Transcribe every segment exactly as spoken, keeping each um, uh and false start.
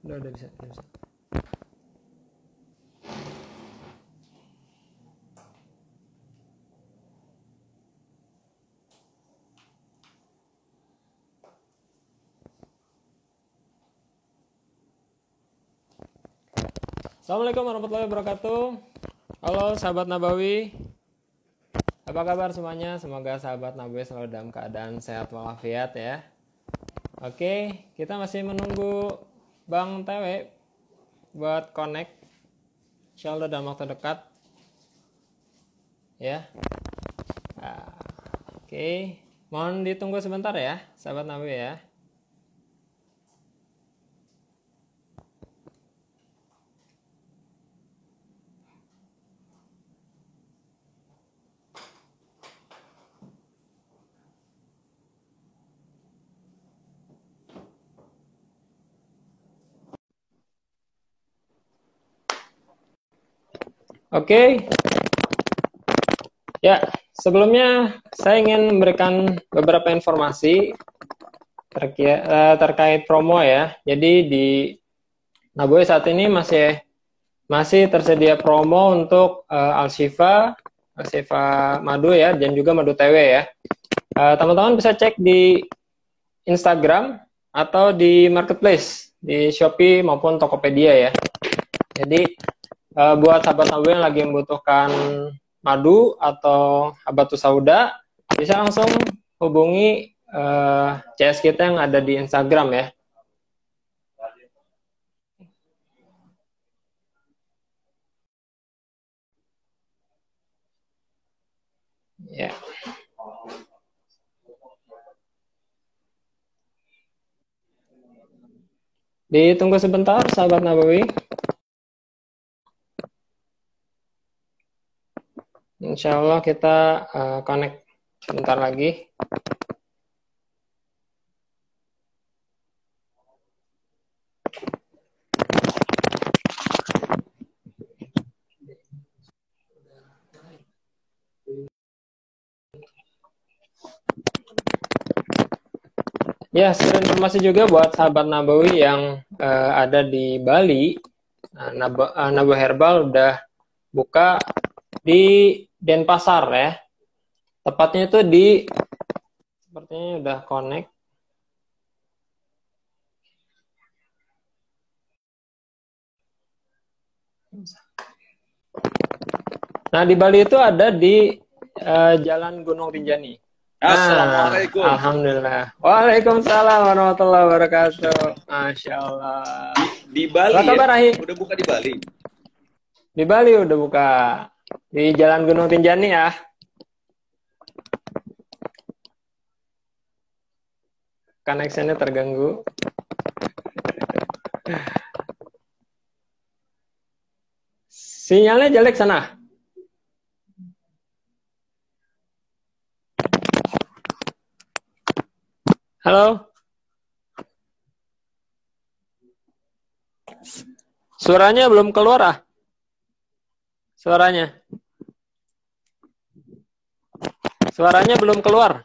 Udah, udah bisa, udah bisa. Assalamualaikum warahmatullahi wabarakatuh. Halo sahabat Nabawi. Apa kabar semuanya? Semoga sahabat Nabawi selalu dalam keadaan sehat walafiat ya. Oke, kita masih menunggu Bang T W buat connect. Insyaallah dalam waktu dekat. Ya. Nah, oke, mohon ditunggu sebentar ya, sahabat Nabawi ya. Oke, ya sebelumnya saya ingin memberikan beberapa informasi terkait, terkait promo ya. Jadi di Nabawi saat ini masih masih tersedia promo untuk uh, Al-Shifa, Al-Shifa Madu ya, dan juga Madu T W ya. Uh, teman-teman bisa cek di Instagram atau di Marketplace, di Shopee maupun Tokopedia ya. Jadi Uh, buat sahabat Nabawi yang lagi membutuhkan madu atau habatus sauda, bisa langsung hubungi uh, C S kita yang ada di Instagram ya. Ya. Ditunggu sebentar sahabat Nabawi. Insya Allah kita uh, connect sebentar lagi. Ya, sekedar informasi juga buat sahabat Nabawi yang uh, ada di Bali. Nah, Nab- uh, Nabawi Herbal udah buka di Denpasar ya. Tepatnya itu di, sepertinya udah connect. Nah, di Bali itu ada di uh, Jalan Gunung Rinjani. Nah, Assalamualaikum. Alhamdulillah. Waalaikumsalam warahmatullahi wabarakatuh. Masya Allah. Di, di Bali Apa kabar, ya? Ahi? Udah buka di Bali? Di Bali udah buka. Di Jalan Gunung Rinjani ya. Koneksinya terganggu. Sinyalnya jelek sana. Halo? Suaranya belum keluar ah? Suaranya. Suaranya belum keluar.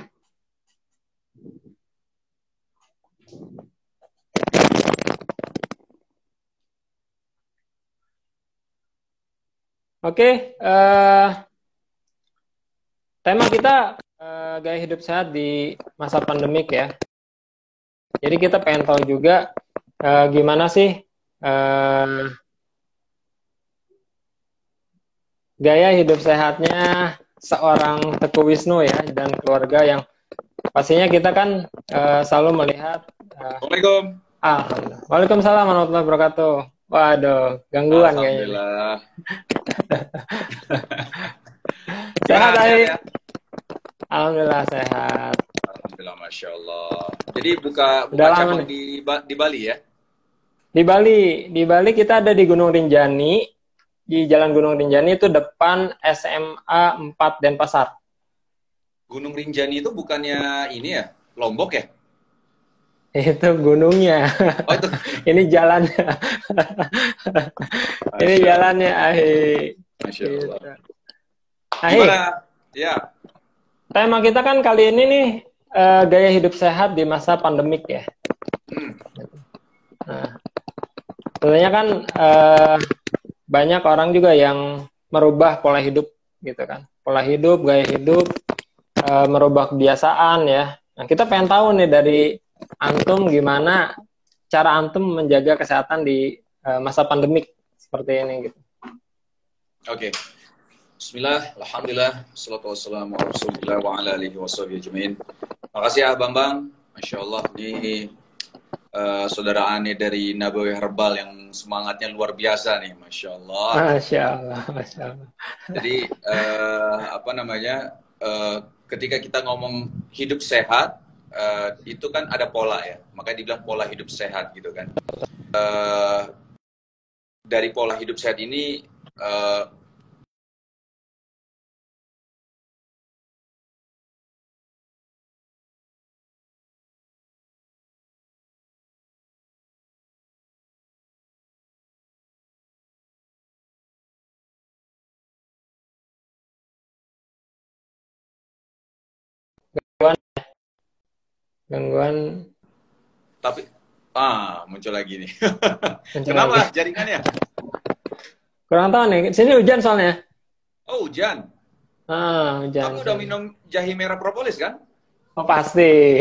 Oke, uh, tema kita uh, gaya hidup sehat di masa pandemik ya. Jadi kita pengen tahu juga uh, gimana sih uh, gaya hidup sehatnya seorang Teguh Wisnu ya dan keluarga yang pastinya kita kan uh, selalu melihat. Uh, Assalamualaikum. Ah, Waalaikumsalam warahmatullahi wabarakatuh. Waduh, gangguan kayaknya. Alhamdulillah. Sehat, Ahi? Ya? Alhamdulillah sehat. Alhamdulillah, Masya Allah. Jadi buka, buka Udah cabang lama di, di Bali ya? Di Bali, di Bali kita ada di Gunung Rinjani, di Jalan Gunung Rinjani itu depan S M A empat Denpasar. Gunung Rinjani itu bukannya ini ya? Lombok ya? Itu gunungnya. Oh itu. Ini jalannya. Ini jalannya, Ahi. Masya Allah. Gitu. Ahi, Gimana? Ya. tema kita kan kali ini nih uh, gaya hidup sehat di masa pandemik ya. Hmm. Nah, sebenarnya kan uh, banyak orang juga yang merubah pola hidup gitu kan, pola hidup, gaya hidup, uh, merubah kebiasaan ya. Nah, kita pengen tahu nih dari antum gimana cara antum menjaga kesehatan di uh, masa pandemik seperti ini gitu. Oke. Okay. Bismillah, alhamdulillah, salatu wassalamu ala rasulillah wa ala alihi wa sahbihi ajma'in. Makasih ya Bambang, Masya Allah, ini uh, saudara Ane dari Nabawi Herbal yang semangatnya luar biasa nih, Masya Allah. Masya Allah, Masya Allah. Jadi, uh, apa namanya, uh, ketika kita ngomong hidup sehat, uh, itu kan ada pola ya, makanya dibilang pola hidup sehat gitu kan. Uh, dari pola hidup sehat ini, uh, Gangguan. Tapi, ah, muncul lagi nih. Muncul Kenapa lagi. jaringannya? Kurang tahu nih. Sini hujan soalnya. Oh, hujan. Ah, hujan. Kamu udah minum jahe merah propolis kan? Oh, pasti.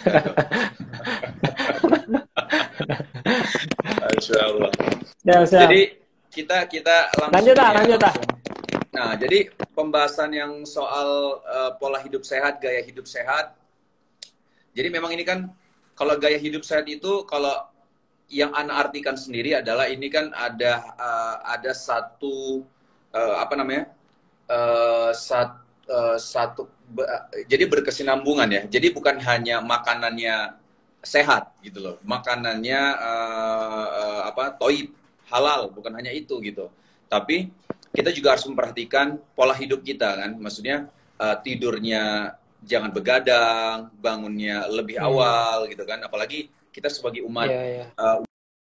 Masya Allah. Ya, jadi kita kita langsung lanjut ah, ya, lanjut ah. Nah, jadi pembahasan yang soal uh, pola hidup sehat, gaya hidup sehat. Jadi memang ini kan kalau gaya hidup sehat itu kalau yang Ana artikan sendiri adalah ini kan ada uh, ada satu uh, apa namanya uh, sat, uh, satu uh, jadi berkesinambungan ya. Jadi bukan hanya makanannya sehat gitu loh, makanannya uh, uh, apa toib halal, bukan hanya itu gitu. Tapi kita juga harus memperhatikan pola hidup kita kan, maksudnya uh, tidurnya jangan begadang, bangunnya lebih Hmm. awal gitu kan, apalagi kita sebagai umat Iya, iya. uh,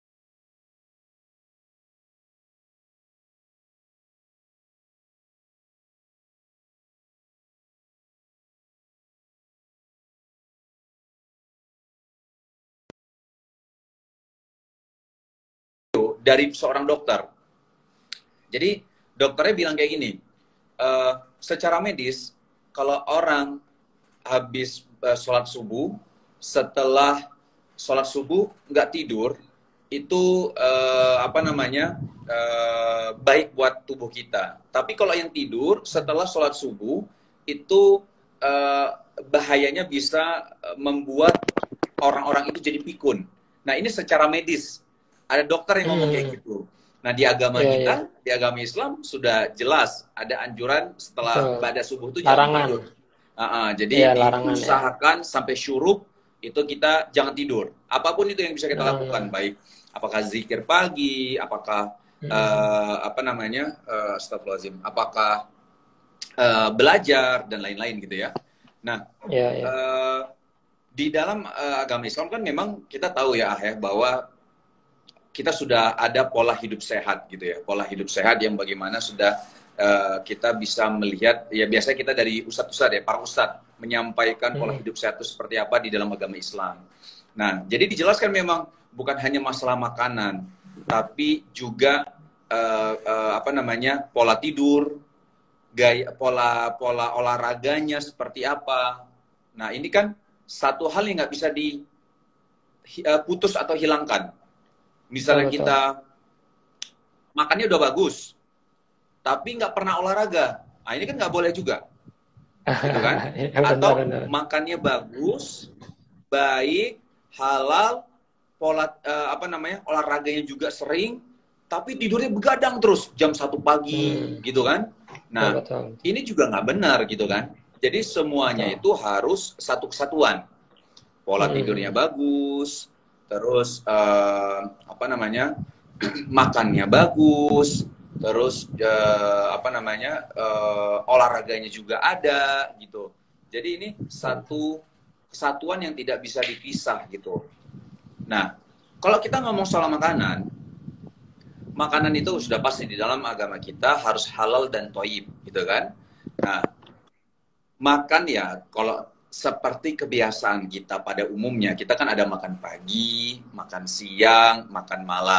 dari seorang dokter. Jadi dokternya bilang kayak gini, uh, secara medis kalau orang habis uh, sholat subuh, setelah sholat subuh nggak tidur, itu uh, apa namanya uh, baik buat tubuh kita. Tapi kalau yang tidur setelah sholat subuh, itu uh, bahayanya bisa membuat orang-orang itu jadi pikun. Nah ini secara medis, ada dokter yang ngomong kayak Hmm. gitu. Nah di agama Iya, kita, iya. di agama Islam sudah jelas ada anjuran setelah Betul. pada subuh itu jangan Larangan. tidur. Uh, uh, jadi Iya, larangan ya. diusahakan sampai syuruk itu kita jangan tidur. Apapun itu yang bisa kita Hmm. lakukan, baik apakah zikir pagi, apakah Hmm. uh, apa namanya, uh, astagfirullahaladzim, apakah uh, belajar dan lain-lain gitu ya. Nah, Iya, iya. uh, di dalam uh, agama Islam kan memang kita tahu ya, ah, ya bahwa kita sudah ada pola hidup sehat gitu ya, pola hidup sehat yang bagaimana sudah uh, kita bisa melihat, ya biasanya kita dari ustadz-ustadz ya, para ustadz menyampaikan pola Hmm. hidup sehat itu seperti apa di dalam agama Islam. Nah, jadi dijelaskan memang bukan hanya masalah makanan, tapi juga uh, uh, apa namanya pola tidur, gaya pola pola olahraganya seperti apa. Nah, ini kan satu hal yang nggak bisa diputus atau hilangkan. Misalnya Betul, betul. kita makannya udah bagus, tapi nggak pernah olahraga, nah ini kan nggak boleh juga, gitu kan? Ya, benar, Atau benar. makannya bagus, baik, halal, pola uh, apa namanya olahraganya juga sering, tapi tidurnya begadang terus jam satu pagi, Hmm. gitu kan? Nah, Betul, betul. ini juga nggak benar, gitu kan? Jadi semuanya Betul. itu harus satu kesatuan. Pola Hmm. tidurnya bagus, terus uh, apa namanya makannya bagus, terus uh, apa namanya uh, olahraganya juga ada gitu. Jadi ini satu kesatuan yang tidak bisa dipisah gitu. Nah, kalau kita ngomong soal makanan, makanan itu sudah pasti di dalam agama kita harus halal dan thayyib gitu kan. Nah, makan ya kalau seperti kebiasaan kita pada umumnya, kita kan ada makan pagi, makan siang, makan malam.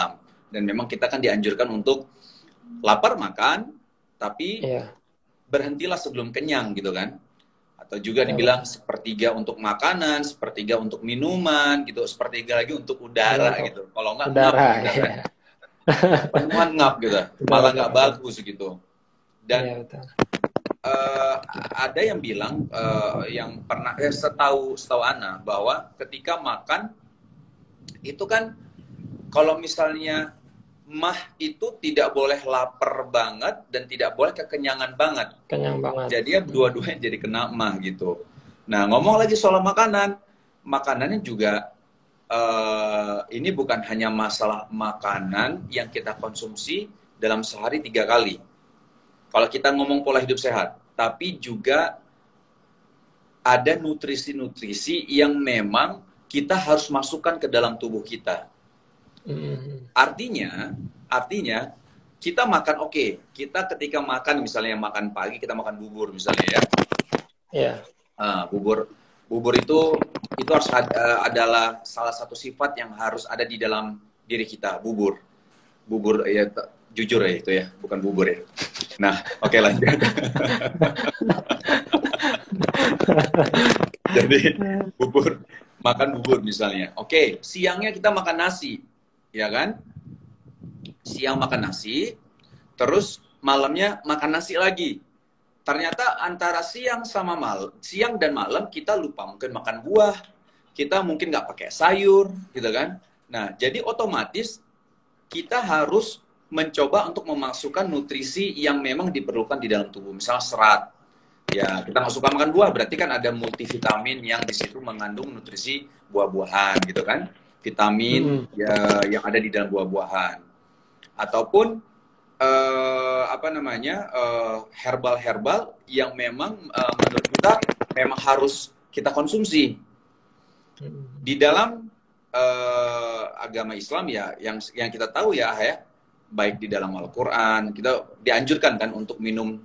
Dan memang kita kan dianjurkan untuk lapar makan, tapi Iya. berhentilah sebelum kenyang gitu kan. Atau juga Iya, dibilang sepertiga untuk makanan, sepertiga untuk minuman gitu, sepertiga lagi untuk udara untuk gitu. Kalau nggak ngap udara. kita kan. Iya. Penuhan ngap gitu. Betul, Malah betul, nggak betul. bagus gitu. Dan Iya, betul. uh, ada yang bilang uh, yang pernah eh, setahu setahu Ana bahwa ketika makan itu kan kalau misalnya mah itu tidak boleh lapar banget dan tidak boleh kekenyangan banget. Kenyang banget. Jadi ya dua-duanya jadi kena mah gitu. Nah ngomong lagi soal makanan, makanannya juga uh, ini bukan hanya masalah makanan yang kita konsumsi dalam sehari tiga kali. Kalau kita ngomong pola hidup sehat, tapi juga ada nutrisi-nutrisi yang memang kita harus masukkan ke dalam tubuh kita. Mm. Artinya, artinya kita makan oke, okay. Kita ketika makan misalnya makan pagi kita makan bubur misalnya ya. Iya. Uh, bubur, bubur itu itu harus ad, uh, adalah salah satu sifat yang harus ada di dalam diri kita, bubur, bubur ya jujur ya itu ya, bukan bubur ya. Nah, oke okay, lanjut. Jadi bubur, makan bubur misalnya. Oke, okay, siangnya kita makan nasi. Ya kan? Siang makan nasi, terus malamnya makan nasi lagi. Ternyata antara siang sama malam, siang dan malam kita lupa mungkin makan buah, kita mungkin nggak pakai sayur, gitu kan? Nah, jadi otomatis kita harus mencoba untuk memasukkan nutrisi yang memang diperlukan di dalam tubuh, misalnya serat. Ya, kita nggak suka makan buah, berarti kan ada multivitamin yang di situ mengandung nutrisi buah-buahan, gitu kan? Vitamin hmm. ya, yang ada di dalam buah-buahan, ataupun uh, apa namanya herbal-herbal uh, yang memang uh, menurut kita memang harus kita konsumsi hmm. di dalam uh, agama Islam ya, yang yang kita tahu ya, ya baik di dalam Al-Quran kita dianjurkan kan untuk minum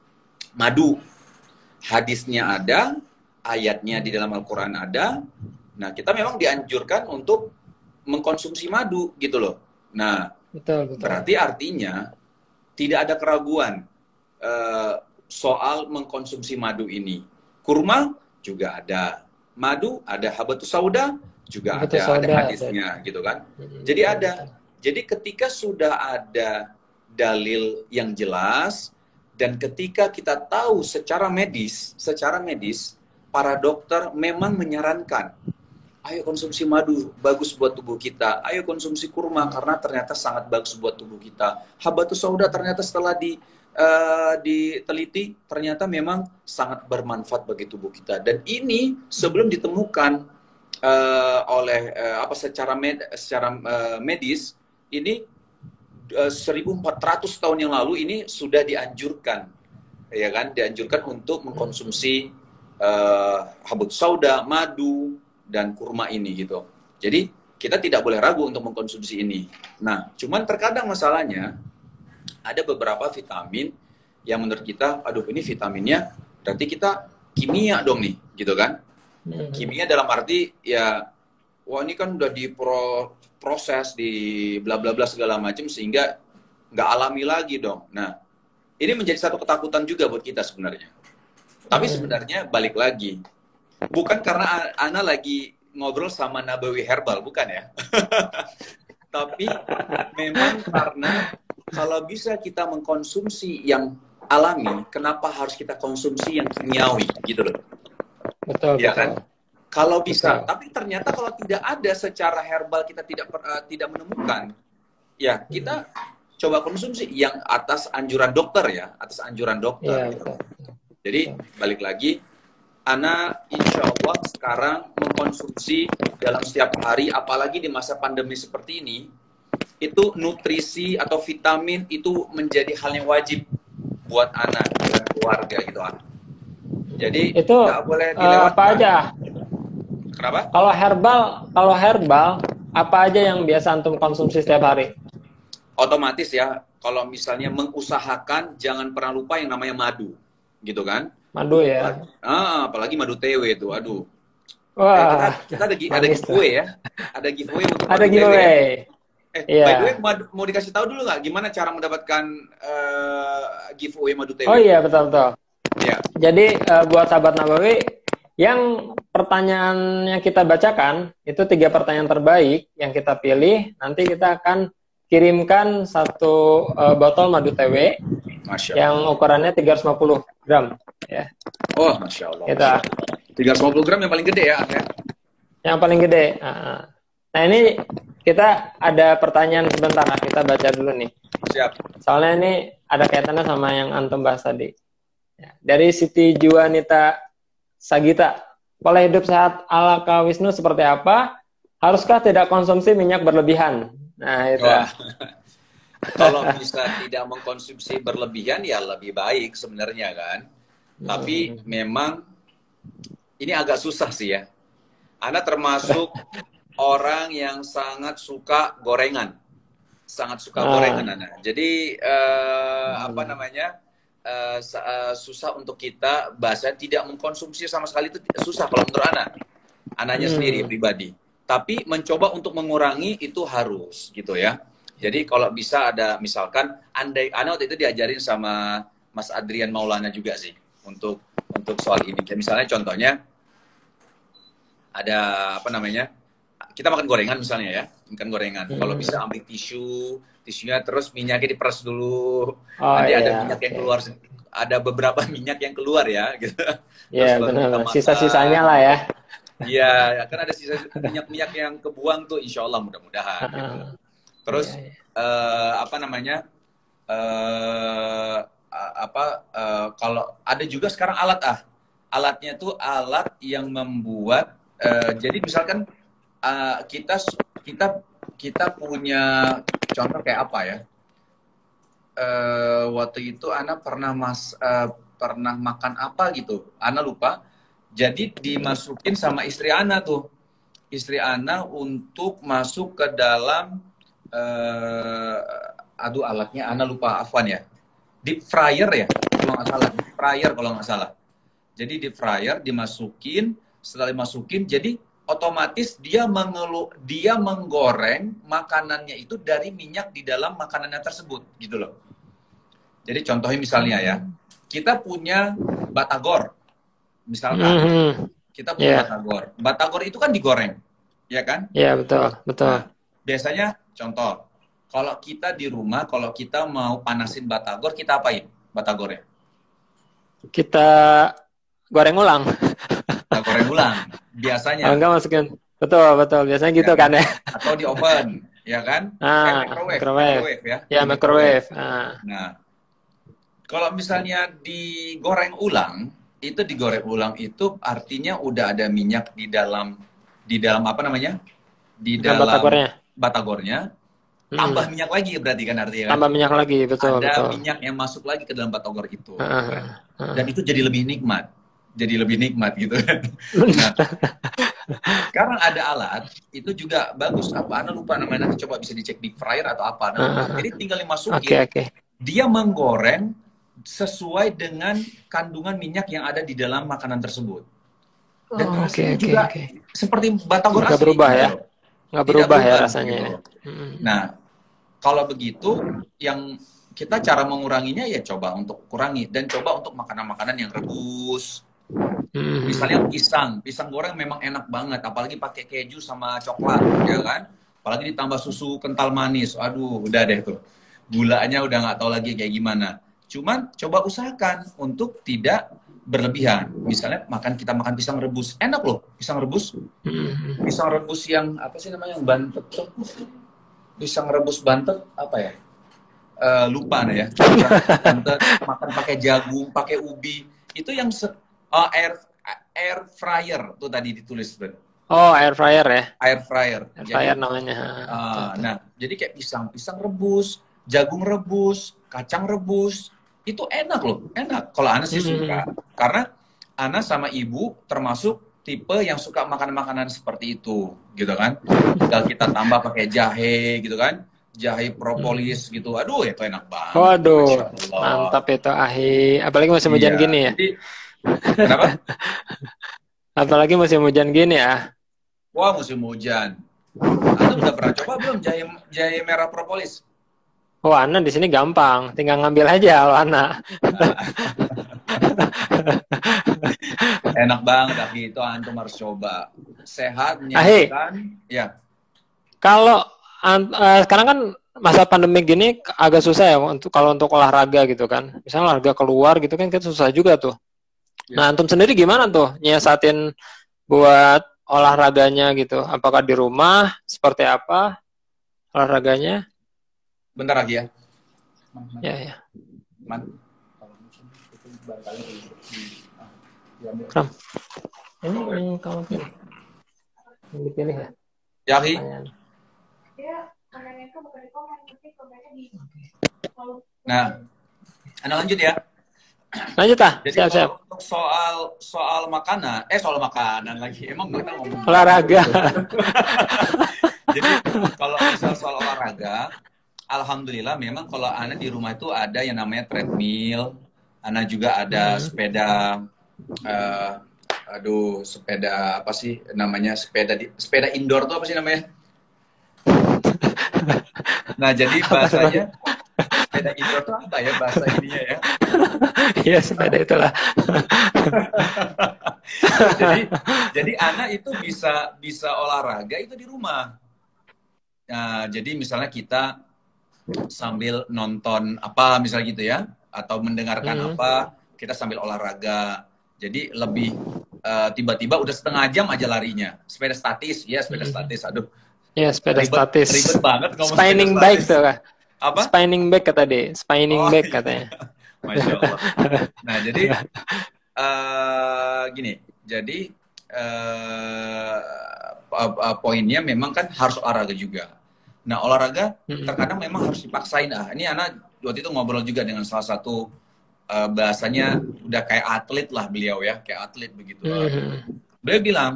madu, hadisnya ada, ayatnya di dalam Al-Quran ada. Nah, kita memang dianjurkan untuk mengkonsumsi madu gitu loh. Nah, betul, betul. Berarti artinya tidak ada keraguan uh, soal mengkonsumsi madu ini. Kurma juga ada, madu ada, habatus sauda juga habatus ada, sauda, ada hadisnya ada. Gitu kan. Hmm, Jadi betul, ada. Betul. Jadi ketika sudah ada dalil yang jelas dan ketika kita tahu secara medis, secara medis para dokter memang menyarankan ayo konsumsi madu, bagus buat tubuh kita. Ayo konsumsi kurma, karena ternyata sangat bagus buat tubuh kita. Habatus sauda ternyata setelah di, uh, diteliti, ternyata memang sangat bermanfaat bagi tubuh kita. Dan ini sebelum ditemukan uh, oleh, uh, apa secara, med, secara uh, medis, ini uh, seribu empat ratus tahun yang lalu ini sudah dianjurkan. Ya kan? Dianjurkan untuk mengkonsumsi uh, habatus sauda, madu, dan kurma ini gitu. Jadi kita tidak boleh ragu untuk mengkonsumsi ini. Nah, cuman terkadang masalahnya ada beberapa vitamin yang menurut kita, aduh ini vitaminnya berarti kita kimia dong nih, gitu kan? Hmm. Kimia dalam arti ya, wah ini kan udah diproses di bla bla bla segala macam sehingga nggak alami lagi dong. Nah, ini menjadi satu ketakutan juga buat kita sebenarnya. Tapi sebenarnya balik lagi. Bukan karena Ana lagi ngobrol sama Nabawi Herbal, bukan ya. Tapi memang karena kalau bisa kita mengkonsumsi yang alami, kenapa harus kita konsumsi yang kimiawi, gitu loh. Betul, ya betul. Kan? Kalau bisa, betul. Tapi ternyata kalau tidak ada secara herbal kita tidak uh, tidak menemukan, ya kita hmm. coba konsumsi yang atas anjuran dokter ya, atas anjuran dokter. Ya, gitu. Jadi balik lagi. Ana insya Allah sekarang mengkonsumsi dalam setiap hari, apalagi di masa pandemi seperti ini, itu nutrisi atau vitamin itu menjadi hal yang wajib buat anak dan keluarga gitu. Jadi itu nggak boleh dilewatkan. Apa aja? Kenapa? Kalau herbal, kalau herbal apa aja yang biasa antum konsumsi setiap hari? Otomatis ya, kalau misalnya mengusahakan jangan pernah lupa yang namanya madu, gitu kan? Madu ya. Ah, apalagi madu T W itu, aduh. Wah. Eh, kita, kita ada, ada giveaway ya. Ada giveaway untuk ada giveaway. Eh, Iya. by the way, mau, mau dikasih tahu dulu nggak gimana cara mendapatkan uh, giveaway madu T W? Oh iya, betul-betul. Ya. Jadi uh, buat sahabat Nabawi, yang pertanyaan yang kita bacakan, itu tiga pertanyaan terbaik yang kita pilih, nanti kita akan kirimkan satu uh, botol madu T W Masya yang ukurannya tiga ratus lima puluh gram. Ya. Oh, Masya Allah. Kita. tiga ratus lima puluh gram yang paling gede ya, ya? Yang paling gede. Nah ini kita ada pertanyaan sebentar, nah, kita baca dulu nih. Siap. Soalnya ini ada kaitannya sama yang antum bahas tadi. Ya, dari Siti Juanita Sagita, pola hidup sehat ala Kak Wisnu seperti apa? Haruskah tidak konsumsi minyak berlebihan? Nah itu. Kalau bisa tidak mengkonsumsi berlebihan ya lebih baik sebenarnya kan. Hmm. Tapi memang ini agak susah sih ya. Ana termasuk orang yang sangat suka gorengan, sangat suka ah. gorengan Ana. Jadi uh, hmm. apa namanya? Uh, uh, susah untuk kita bahasa tidak mengkonsumsi sama sekali itu susah kalau menurut Ana. Ananya hmm. sendiri pribadi. Tapi mencoba untuk mengurangi itu harus gitu ya. Jadi kalau bisa ada misalkan andai Ana waktu itu diajarin sama Mas Adrian Maulana juga sih untuk untuk soal ini. Misalnya contohnya ada apa namanya? Kita makan gorengan misalnya ya, makan gorengan. Hmm. Kalau bisa ambil tisu, tisunya terus minyaknya diperas dulu. Oh, nanti iya, ada minyak okay. yang keluar, ada beberapa minyak yang keluar ya, gitu. Iya benar. Sisa-sisanya lah ya. Iya, kan ada sisa minyak-minyak yang kebuang tuh, insya Allah mudah-mudahan. Uh, gitu. Terus iya, iya. Uh, apa namanya? Uh, apa? Uh, kalau ada juga sekarang alat ah, alatnya tuh alat yang membuat. Uh, jadi misalkan uh, kita kita kita punya contoh kayak apa ya? Uh, waktu itu Ana pernah mas uh, pernah makan apa gitu, Ana lupa. Jadi dimasukin sama istri Ana tuh, istri Ana untuk masuk ke dalam, uh, aduh alatnya Ana lupa afwan ya, deep fryer ya kalau nggak salah, deep fryer kalau nggak salah. Jadi deep fryer dimasukin, setelah dimasukin, jadi otomatis dia mengelu, dia menggoreng makanannya itu dari minyak di dalam makanannya tersebut, gitu loh. Jadi contohnya misalnya ya, kita punya batagor. Misalkan mm-hmm. kita punya yeah. batagor, batagor itu kan digoreng, ya kan? Iya yeah, betul, betul. Nah, biasanya contoh, kalau kita di rumah, kalau kita mau panasin batagor, kita apain batagornya? Kita goreng ulang. Kita goreng ulang, biasanya. Oh, enggak masukin, betul betul, biasanya gitu ya, kan ya? Atau di oven, ya kan? Ah, microwave, microwave. microwave ya. Ya microwave. Ah. Nah, kalau misalnya digoreng ulang. Itu digoreng ulang itu artinya udah ada minyak di dalam di dalam apa namanya di dalam batagornya, batagornya tambah hmm. minyak lagi berarti kan artinya kan? Tambah minyak lagi, betul ada betul. minyak yang masuk lagi ke dalam batagor itu uh, kan? uh. Dan itu jadi lebih nikmat jadi lebih nikmat gitu kan. Nah, sekarang ada alat itu juga bagus apa Ana lupa namanya, nanti coba bisa dicek di fryer atau apa nah, uh, jadi tinggal dimasukin okay, okay. dia menggoreng sesuai dengan kandungan minyak yang ada di dalam makanan tersebut. Dan oh, rasanya okay, juga okay, okay. seperti batagor asli. Nggak berubah ya? Nggak berubah, berubah ya rasanya. Gitu. Hmm. Nah, kalau begitu, yang kita cara menguranginya ya coba untuk kurangi. Dan coba untuk makanan-makanan yang rebus. Hmm. Misalnya pisang. Pisang goreng memang enak banget. Apalagi pakai keju sama coklat, ya kan? Apalagi ditambah susu kental manis. Aduh, udah deh tuh. Gulanya udah nggak tahu lagi kayak gimana. Cuman coba usahakan untuk tidak berlebihan. Misalnya makan kita makan pisang rebus, enak loh pisang rebus. Pisang rebus yang apa sih namanya yang bantet tuh? Pisang rebus bantet apa ya? Uh, lupa nih ya. Bantet makan pakai jagung, pakai ubi. Itu yang uh, air air fryer tuh tadi ditulis Ben. Oh air fryer ya? Air fryer. Air fryer jadi, namanya. Uh, nah jadi kayak pisang pisang rebus, jagung rebus, kacang rebus. Itu enak loh, enak. Kalau Ana sih suka. Hmm. Karena Ana sama ibu termasuk tipe yang suka makanan-makanan seperti itu, gitu kan. Tinggal kita tambah pakai jahe, gitu kan. Jahe propolis, hmm. gitu. Aduh, itu enak banget. Waduh, mantap itu ahi. Apalagi musim hujan iya. gini ya. Jadi, kenapa? Apalagi musim hujan gini ya. Wah, musim hujan. Antum udah pernah coba belum jahe jahe merah propolis? Oh, Ana di sini gampang, tinggal ngambil aja kalau Ana. Enak banget, Aki. Itu antum harus coba. Sehat, Ahe, menyehatkan. Ya, kalau an- eh, sekarang kan masa pandemi gini agak susah ya untuk kalau untuk olahraga gitu kan. Misalnya olahraga keluar gitu kan, kan susah juga tuh. Nah, ya. antum sendiri gimana tuh nyiasatin buat olahraganya gitu? Apakah di rumah? Seperti apa olahraganya? Bentar lagi ya. Ya, ya. Man. Kram. Ini yang kamu pilih. Yang dipilih ya? Ya, Aki. Pertanyaan. Nah, Anda lanjut ya. Lanjut ah, Jadi siap-siap. kalau untuk soal soal makanan, eh soal makanan lagi, emang kita ngomong Olahraga. Jadi kalau misal soal olahraga, alhamdulillah memang kalau Ana di rumah itu ada yang namanya treadmill, Ana juga ada Hmm. sepeda, eh, aduh sepeda apa sih namanya sepeda di, sepeda indoor tuh apa sih namanya? Nah jadi Apa namanya? bahasanya sepeda indoor tuh apa ya bahasa ininya ya? Iya, sepeda itulah. Jadi jadi Ana itu bisa bisa olahraga itu di rumah. Nah, jadi misalnya kita sambil nonton apa misalnya gitu ya, atau mendengarkan Hmm. apa, kita sambil olahraga. Jadi lebih eh, tiba-tiba udah setengah jam aja larinya. Sepeda statis, ya sepeda Hmm. statis. Aduh, Ya, sepeda ribet ribet statis. banget ngomong sepeda Spinning bike statis. tuh kah? Apa? Spinning bike kata dia. Spinning Oh bike iya, katanya. Masya Allah. Nah jadi eh, gini, jadi eh, po- eh, poinnya memang kan harus olahraga juga. Nah olahraga Hmm. terkadang memang harus dipaksain. Ah, ini anak waktu itu ngobrol juga dengan salah satu eh, bahasanya udah kayak atlet lah beliau ya, kayak atlet begitu. Eh, Hmm. beliau bilang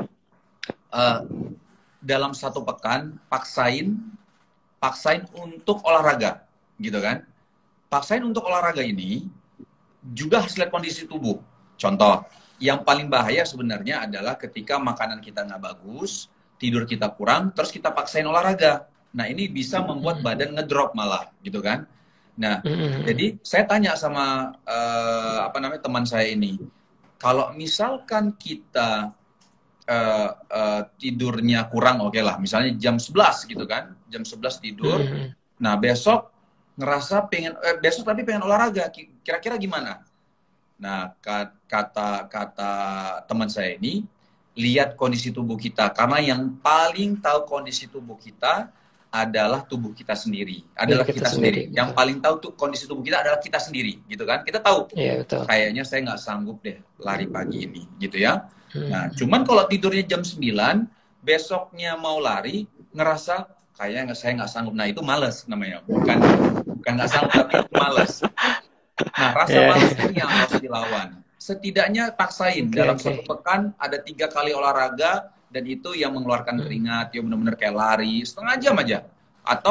eh, dalam satu pekan paksain, paksain untuk olahraga, gitu kan? Paksain untuk olahraga ini juga harus lihat kondisi tubuh. Contoh, yang paling bahaya sebenarnya adalah ketika makanan kita nggak bagus, tidur kita kurang, terus kita paksain olahraga. Nah, ini bisa membuat Hmm. badan ngedrop malah, gitu kan? Nah, Hmm. jadi saya tanya sama eh, apa namanya teman saya ini, kalau misalkan kita eh, eh, tidurnya kurang, oke okay lah, misalnya jam sebelas gitu kan, jam sebelas tidur, Hmm. nah besok ngerasa pengen, eh, besok tapi pengen olahraga, kira-kira gimana? Nah, kata kata teman saya ini, lihat kondisi tubuh kita karena yang paling tahu kondisi tubuh kita adalah tubuh kita sendiri, Diri adalah kita kita sendiri, sendiri. Yang betul. paling tahu tuh kondisi tubuh kita adalah kita sendiri, gitu kan? Kita tahu Iya, betul. kayaknya saya nggak sanggup deh lari pagi ini, gitu ya. Nah, Hmm. cuman kalau tidurnya jam sembilan, besoknya mau lari, ngerasa kayaknya nggak saya nggak sanggup. Nah, itu males namanya. Bukan bukan nggak sanggup, tapi itu males. Nah, rasa Ya, malas ini yang harus dilawan. Setidaknya paksain oke, dalam oke. satu pekan ada tiga kali olahraga dan itu yang mengeluarkan Hmm. keringat, ya benar-benar kayak lari setengah jam aja. Atau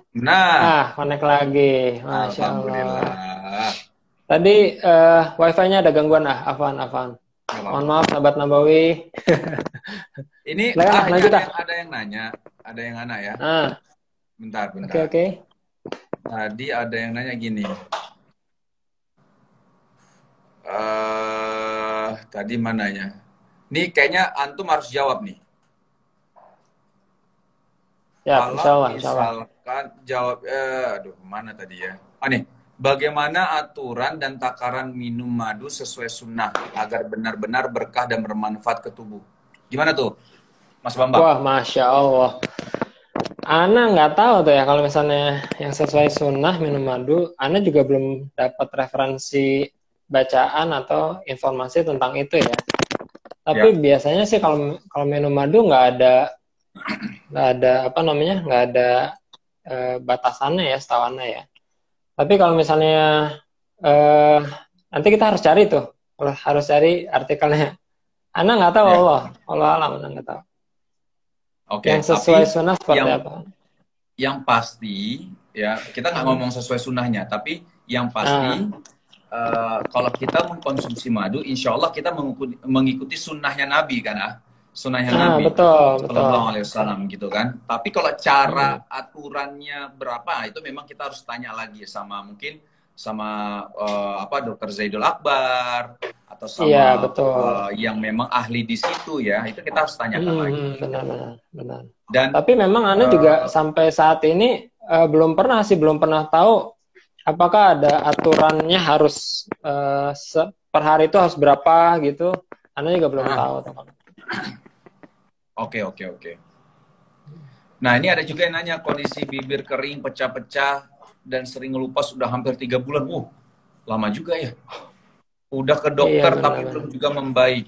Nah, Ah, connect lagi. Masya Allah. alhamdulillah. Tadi eh, wifi-nya ada gangguan ah, Afan, Afan. Nggak Mohon apa-apa. maaf, sahabat Nabawi. Ini, Silakan ah ah, ini lanjut ada ah. yang ada yang nanya, ada yang nanya ya. Ah, Bentar, oke bentar. oke. Tadi ada yang nanya gini. eh tadi mananya? Nih kayaknya antum harus jawab nih. Ya, Kalau insya Allah, insya Allah. misalkan jawab, eh, aduh mana tadi ya? Ah nih, bagaimana aturan dan takaran minum madu sesuai sunnah agar benar-benar berkah dan bermanfaat ke tubuh? Gimana tuh, Mas Bambang? Wah, Masya Allah. Ana nggak tahu tuh ya kalau misalnya yang sesuai sunnah minum madu. Ana juga belum dapat referensi bacaan atau informasi tentang itu ya. Tapi Ya, biasanya sih kalau kalau minum madu nggak ada nggak ada apa namanya nggak ada eh, batasannya ya setahu Ana ya. Tapi kalau misalnya eh, nanti kita harus cari tuh, harus cari artikelnya. Ana nggak tahu ya. Allah, Allah alam Ana nggak tahu. Oke, Yang tapi sesuai sunnah seperti yang apa? yang pasti ya kita nggak Hmm. ngomong sesuai sunnahnya, tapi yang Ah, pasti eh, kalau kita mengkonsumsi madu, insya Allah kita mengikuti, mengikuti sunnahnya Nabi kan ah, sunnahnya ah Nabi betul, betul. Shallallahu Alaihi Wasallam gitu kan. Tapi kalau Hmm. cara aturannya berapa itu memang kita harus tanya lagi sama mungkin sama eh, apa Dokter Zaidul Akbar atau Iya, sama betul. eh, yang memang ahli di situ ya, itu kita harus tanyakan lagi. Hmm, benar, benar, benar. Dan Tapi memang Anda juga eh, sampai saat ini eh, belum pernah sih, belum pernah tahu apakah ada aturannya harus eh, se- per hari itu harus berapa gitu. Anda juga belum ah, tahu, teman. oke oke oke. Nah, ini ada juga yang nanya kondisi bibir kering, pecah-pecah, dan sering ngelupas sudah hampir tiga bulan. Wuh, lama juga ya. Udah ke Iya, dokter tapi benar-benar. belum juga membaik.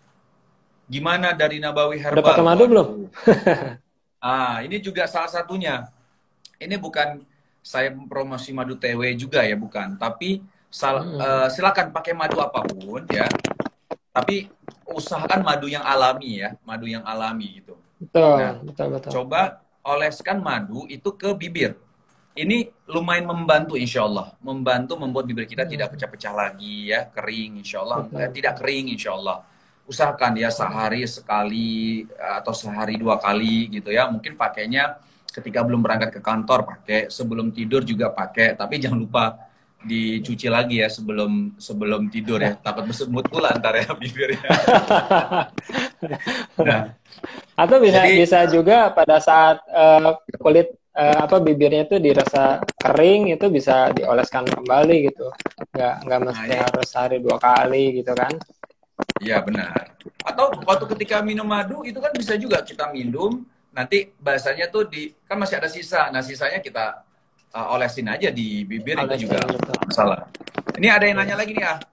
Gimana dari Nabawi Udah pakai Herbal? madu belum? Waduh. Ah, ini juga salah satunya. Ini bukan saya promosi madu T W juga ya, bukan. Tapi sal, Hmm, eh, silakan pakai madu apapun ya. Tapi usahakan madu yang alami ya, madu yang alami gitu. betul, Nah, betul, betul. coba oleskan madu itu ke bibir. Ini lumayan membantu insya Allah. Membantu membuat bibir kita Hmm, tidak pecah-pecah lagi ya. Kering insya Allah. Eh, betul, tidak betul. kering insya Allah. Usahakan ya sehari sekali atau sehari dua kali gitu ya. Mungkin pakainya ketika belum berangkat ke kantor pakai. Sebelum tidur juga pakai. Tapi jangan lupa dicuci lagi ya sebelum sebelum tidur ya. Takut bersemut pula ntar ya bibirnya. Nah, Atau bisa jadi bisa juga pada saat eh, kulit eh, apa bibirnya itu dirasa kering itu bisa dioleskan kembali gitu. Nggak nggak nah mesti ini harus sehari dua kali gitu kan. iya benar. Atau waktu ketika minum madu itu kan bisa juga kita minum, nanti bahasanya tuh di kan masih ada sisa. Nah, sisanya kita uh, olesin aja di bibir itu Olesin juga gitu. nggak masalah. Ini ada yang nanya Iya. lagi nih ah.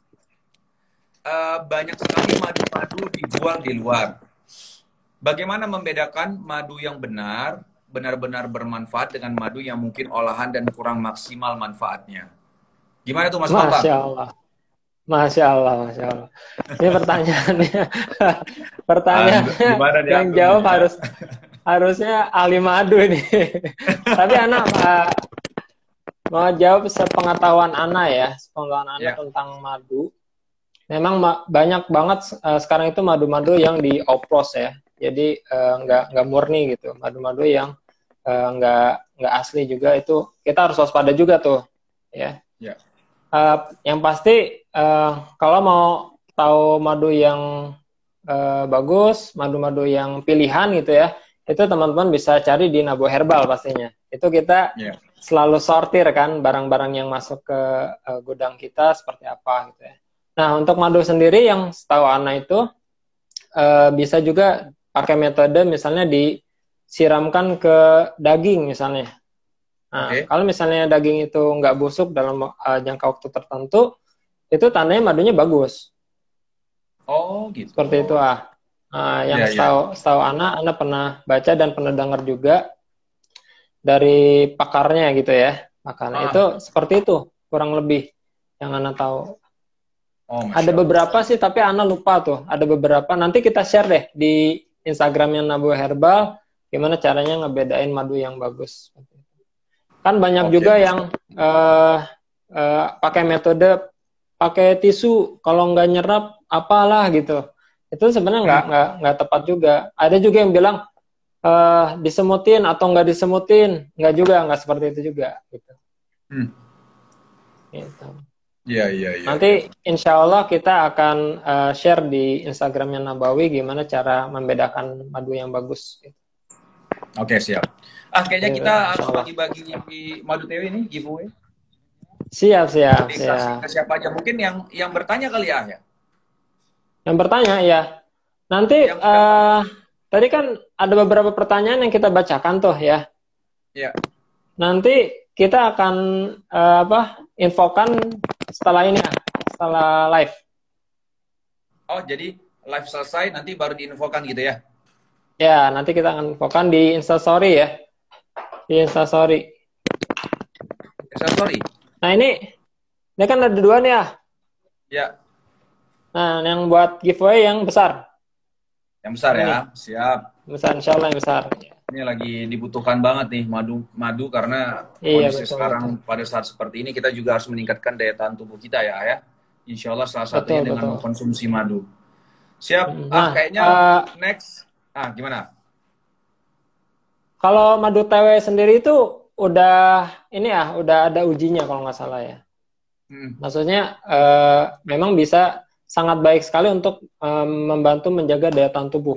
Uh, banyak sekali madu-madu dijual di luar. Bagaimana membedakan madu yang benar, benar-benar bermanfaat dengan madu yang mungkin olahan dan kurang maksimal manfaatnya? Gimana tuh Mas Masya Bambang? Allah. Masya Allah, Masya Allah. Ini pertanyaannya, Antum, pertanyaannya gimana nih yang antum jawab nih ya? harus harusnya ahli madu nih. Tapi anak uh, mau jawab sepengetahuan Ana ya, sepengetahuan Ana Ya, tentang madu. Memang ma- banyak banget uh, sekarang itu madu-madu yang dioplos ya. Jadi uh, nggak ya, nggak murni gitu. Madu-madu yang uh, nggak nggak asli juga itu kita harus waspada juga tuh ya. ya. Uh, yang pasti uh, kalau mau tahu madu yang uh, bagus, madu-madu yang pilihan gitu ya, itu teman-teman bisa cari di Nabo Herbal pastinya. Itu kita Ya. selalu sortir kan barang-barang yang masuk ke uh, gudang kita seperti apa gitu ya. Nah, untuk madu sendiri yang setahu Ana itu uh, bisa juga pakai metode misalnya disiramkan ke daging misalnya. Nah, Oke. kalau misalnya daging itu nggak busuk dalam uh, jangka waktu tertentu, itu tandanya madunya bagus. Oh gitu. Seperti itu ah. Nah, yang Ya, ya. setahu setahu Ana, Ana pernah baca dan pernah dengar juga dari pakarnya gitu ya. Pakarnya Ah. itu seperti itu kurang lebih yang Ana tahu. Oh, Masya Ada Allah. beberapa sih, tapi Ana lupa tuh. Ada beberapa. Nanti kita share deh di Instagramnya Nabu Herbal, gimana caranya ngebedain madu yang bagus. Kan banyak Oke. juga yang uh, uh, pakai metode pakai tisu, kalau nggak nyerap apalah gitu. Itu sebenarnya nggak Hmm. nggak nggak tepat juga. Ada juga yang bilang uh, disemutin atau nggak disemutin, nggak juga, nggak seperti itu juga. Gitu. Hmm. Gitu. Iya, iya, iya, Nanti iya. insya Allah kita akan uh, share di Instagramnya Nabawi gimana cara membedakan madu yang bagus. Gitu. Oke, siap. Ah, kayaknya Gitu, kita insya harus Allah. bagi-bagi madu T W ini giveaway. Siap, siap, Dikasih siap. ke siapa aja? Mungkin yang yang bertanya kali ya, ya. Yang bertanya ya, nanti Yang yang uh, tadi kan ada beberapa pertanyaan yang kita bacakan tuh ya. ya. Nanti kita akan uh, apa infokan setelah ini ya, setelah live. Oh, jadi live selesai nanti baru diinfokan gitu ya? Ya, nanti kita akan infokan di Instastory ya. Di Instastory. Sorry. Nah ini, ini kan ada dua nih ya. Ya. Nah, yang buat giveaway yang besar. Yang besar Ini. ya, siap. Besar, insya Allah yang besar. Ini lagi dibutuhkan banget nih madu madu karena Iya, kondisi betul, sekarang betul. pada saat seperti ini kita juga harus meningkatkan daya tahan tubuh kita ya, ya. Insya Allah salah satunya Betul, dengan betul. mengkonsumsi madu. Siap. Nah, ah, kayaknya uh, next. Ah, gimana? kalau madu T W sendiri itu udah ini ya, udah ada ujinya kalau nggak salah ya. Hmm. Maksudnya uh, memang bisa sangat baik sekali untuk um, membantu menjaga daya tahan tubuh.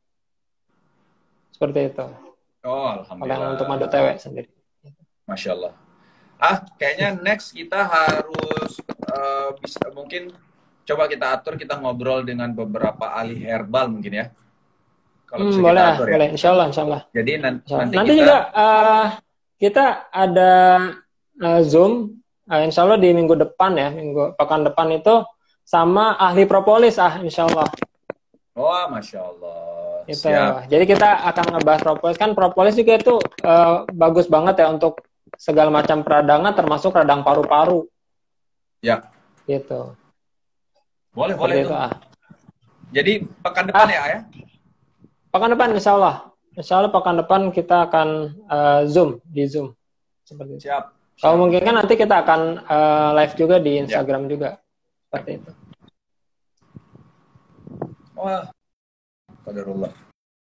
Seperti itu. Oh, Kalau alhamdulillah. untuk madu T W sendiri. Masya Allah. Ah, kayaknya next kita harus uh, bisa mungkin coba kita atur, kita ngobrol dengan beberapa ahli herbal mungkin ya. Kalau Hmm, bisa boleh, kita atur ya. boleh, insya Allah, insya Allah. Jadi nan- Insya Allah. nanti, Nanti kita juga uh, kita ada uh, Zoom, uh, insya Allah di minggu depan ya, minggu pekan depan itu sama ahli propolis ah, insya Allah. oh, Masya Allah. Gitu. Siap. Jadi kita akan ngebahas propolis. Kan propolis juga itu uh, bagus banget ya untuk segala macam peradangan, termasuk radang paru-paru. Ya. Gitu. Boleh, Seperti boleh itu tuh. ah. Jadi pekan depan Ah. ya, ya? Pekan depan insya Allah. Insya Allah pekan depan kita akan uh, Zoom, di Zoom. Seperti itu. Siap. Kalau Siap. mungkin kan nanti kita akan uh, live juga di Instagram ya. juga. Seperti itu. Wah. Qadarullah.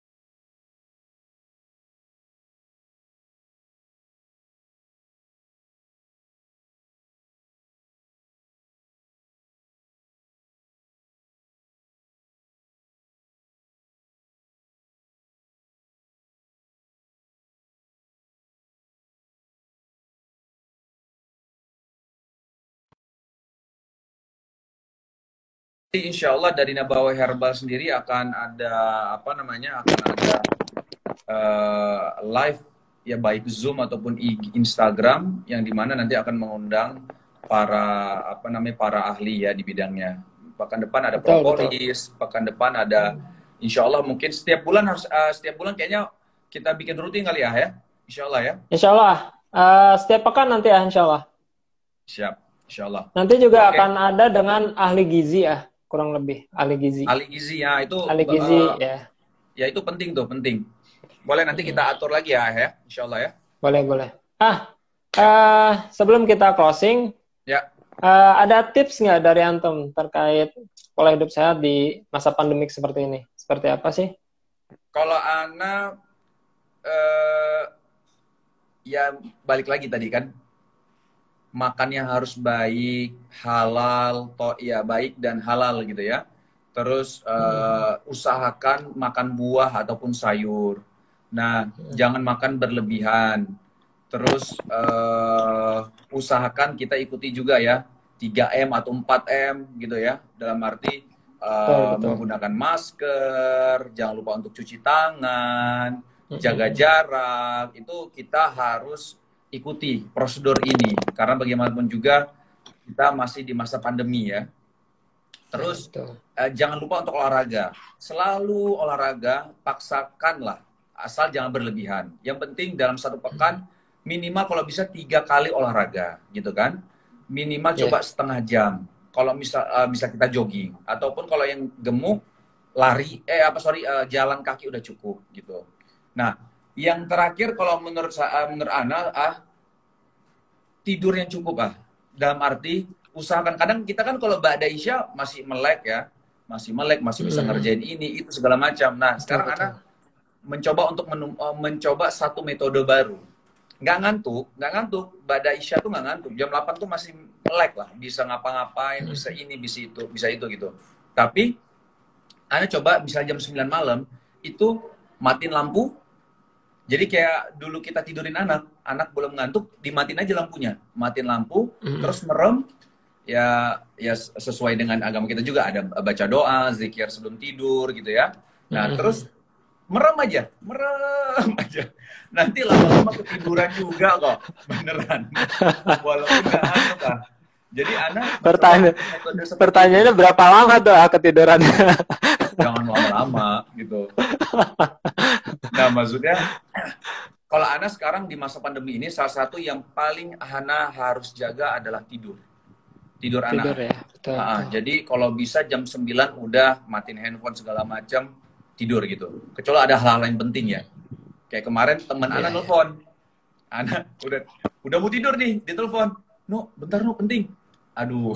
Insya Allah dari Nabawi Herbal sendiri akan ada apa namanya akan ada uh, live ya baik Zoom ataupun Instagram yang dimana nanti akan mengundang para apa namanya para ahli ya di bidangnya. Pekan depan ada betul, propolis, betul. Pekan depan ada Insya Allah mungkin setiap bulan harus uh, setiap bulan kayaknya kita bikin rutin kali ya ya. Insya Allah ya. Insya Allah uh, setiap pekan nanti ya Insya Allah. Siap. Insya Allah. Nanti juga okay. akan ada dengan ahli gizi ya. Kurang lebih ahli gizi. Ahli gizi ya itu. Ahli gizi uh, ya. Ya itu penting tuh penting. Boleh nanti kita atur lagi ya ya, Insya Allah ya. Boleh boleh. Ah uh, sebelum kita closing, ya. Uh, ada tips nggak dari antum terkait pola hidup sehat di masa pandemik seperti ini? Seperti apa sih? Kalau Ana uh, ya balik lagi tadi kan. Makannya harus baik, halal, toh ya baik dan halal gitu ya. Terus uh, hmm. usahakan makan buah ataupun sayur. Nah, hmm. jangan makan berlebihan. Terus uh, usahakan kita ikuti juga ya tiga M atau empat M gitu ya. Dalam arti uh, betul, betul. menggunakan masker, jangan lupa untuk cuci tangan, hmm. jaga jarak. Itu kita harus ikuti prosedur ini karena bagaimanapun juga kita masih di masa pandemi ya. Terus eh, jangan lupa untuk olahraga. Selalu olahraga, paksakanlah asal jangan berlebihan. Yang penting dalam satu pekan minimal kalau bisa tiga kali olahraga gitu kan. Minimal yeah. coba setengah jam. Kalau misal uh, bisa kita jogging ataupun kalau yang gemuk lari eh apa sorry uh, jalan kaki udah cukup gitu. Nah, yang terakhir kalau menurut saya menurut Ana ah tidur yang cukup ah. Dalam arti usahakan, kadang kita kan kalau ba'da isya masih melek ya, masih melek, masih bisa Hmm. ngerjain ini itu segala macam. Nah sekarang Betul, anak mencoba untuk menum- eh, mencoba satu metode baru. Nggak ngantuk, nggak ngantuk. Ba'da isya tuh nggak ngantuk. Jam delapan tuh masih melek lah, bisa ngapa-ngapain, Hmm. bisa ini, bisa itu, bisa itu gitu. Tapi Anda coba misalnya jam sembilan malam itu matiin lampu. Jadi kayak dulu kita tidurin anak, anak belum ngantuk, dimatiin aja lampunya, matiin lampu, Hmm. terus merem, ya ya sesuai dengan agama kita juga ada baca doa, zikir sebelum tidur gitu ya. Nah Hmm. terus merem aja, merem aja. Nanti lama-lama ketiduran juga kok, beneran. Walaupun nggak ngantuk ah. Jadi anak Pertanyaan, metode seperti pertanyaannya berapa lama tuh ah, ketiduran? jangan lama-lama gitu. Nah maksudnya kalau Ana sekarang di masa pandemi ini salah satu yang paling Ana harus jaga adalah tidur. Tidur Ana. Tidur ya, betul. Ah, betul. jadi kalau bisa jam sembilan udah matiin handphone segala macam, tidur gitu. Kecuali ada hal-hal yang penting ya. Kayak kemarin teman Iya, Ana iya. nelfon. Ana udah udah mau tidur nih, ditelepon. No, bentar no, penting. Aduh.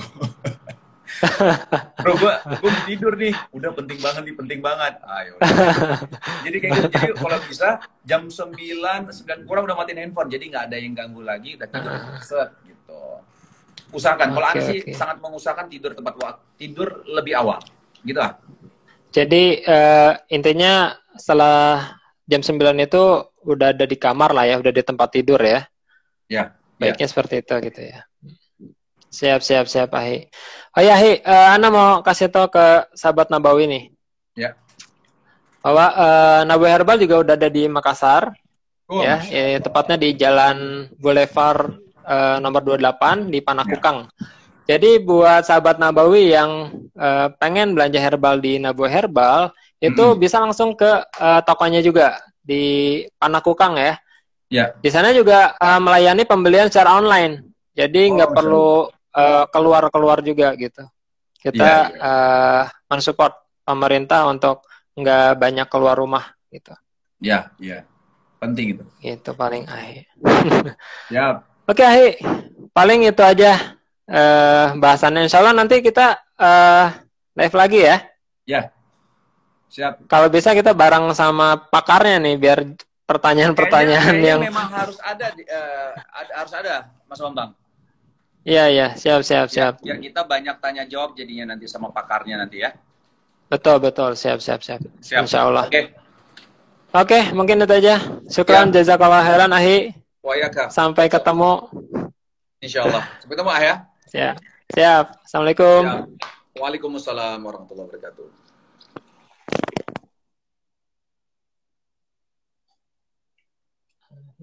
Bro, gua, gua mau tidur nih. Udah penting banget nih, penting banget. Ayo. Jadi kayak gitu. Jadi kalau bisa jam sembilan, sembilan kurang udah matiin handphone. Jadi nggak ada yang ganggu lagi, udah tidur. Set gitu. Usahakan. Kalau Oke, Ana sih oke. sangat mengusahakan tidur tepat waktu, tidur lebih awal. Gitu ah. Jadi eh, intinya setelah jam sembilan itu udah ada di kamar lah ya, udah di tempat tidur ya. Ya. Baiknya seperti itu gitu ya. Siap, siap, siap, Ahi. Oh ya, Ahi, eh, Ana mau kasih tahu ke sahabat Nabawi nih. Ya. Bahwa eh, Nabawi Herbal juga udah ada di Makassar. Oh, Ya, Masya eh, Allah. tepatnya di Jalan Boulevard eh, nomor dua puluh delapan di Panakukang. Jadi buat sahabat Nabawi yang eh, pengen belanja herbal di Nabawi Herbal, itu Mm-mm. bisa langsung ke eh, tokonya juga di Panakukang ya. Ya. Di sana juga eh, melayani pembelian secara online. Jadi Oh, nggak Masya perlu eh, keluar-keluar juga gitu. Kita Iya, iya. eh, mensupport pemerintah untuk nggak banyak keluar rumah gitu. Ya, ya. Penting itu. Itu paling Ahi. Ya. Oke Ahi, paling itu aja eh, bahasannya. Insya Allah nanti kita eh, live lagi ya. Ya. Siap. Kalau bisa kita bareng sama pakarnya nih, biar pertanyaan-pertanyaan Kayaknya yang... memang harus ada, di- eh, ada- harus ada, Mas Bambang. Iya, iya, siap, siap, Ya, siap. biar kita banyak tanya jawab jadinya nanti sama pakarnya nanti ya. Betul, betul, siap, siap, siap. Siap. Insya Allah. Oke. Oke, mungkin itu aja. Syukran, Ya. jazakallah khairan, Ahi. Wa'alaikum. Sampai ketemu. Insya Allah. Sampai ketemu ah ya. Siap, siap. Assalamualaikum. Siap. Waalaikumsalam warahmatullahi wabarakatuh.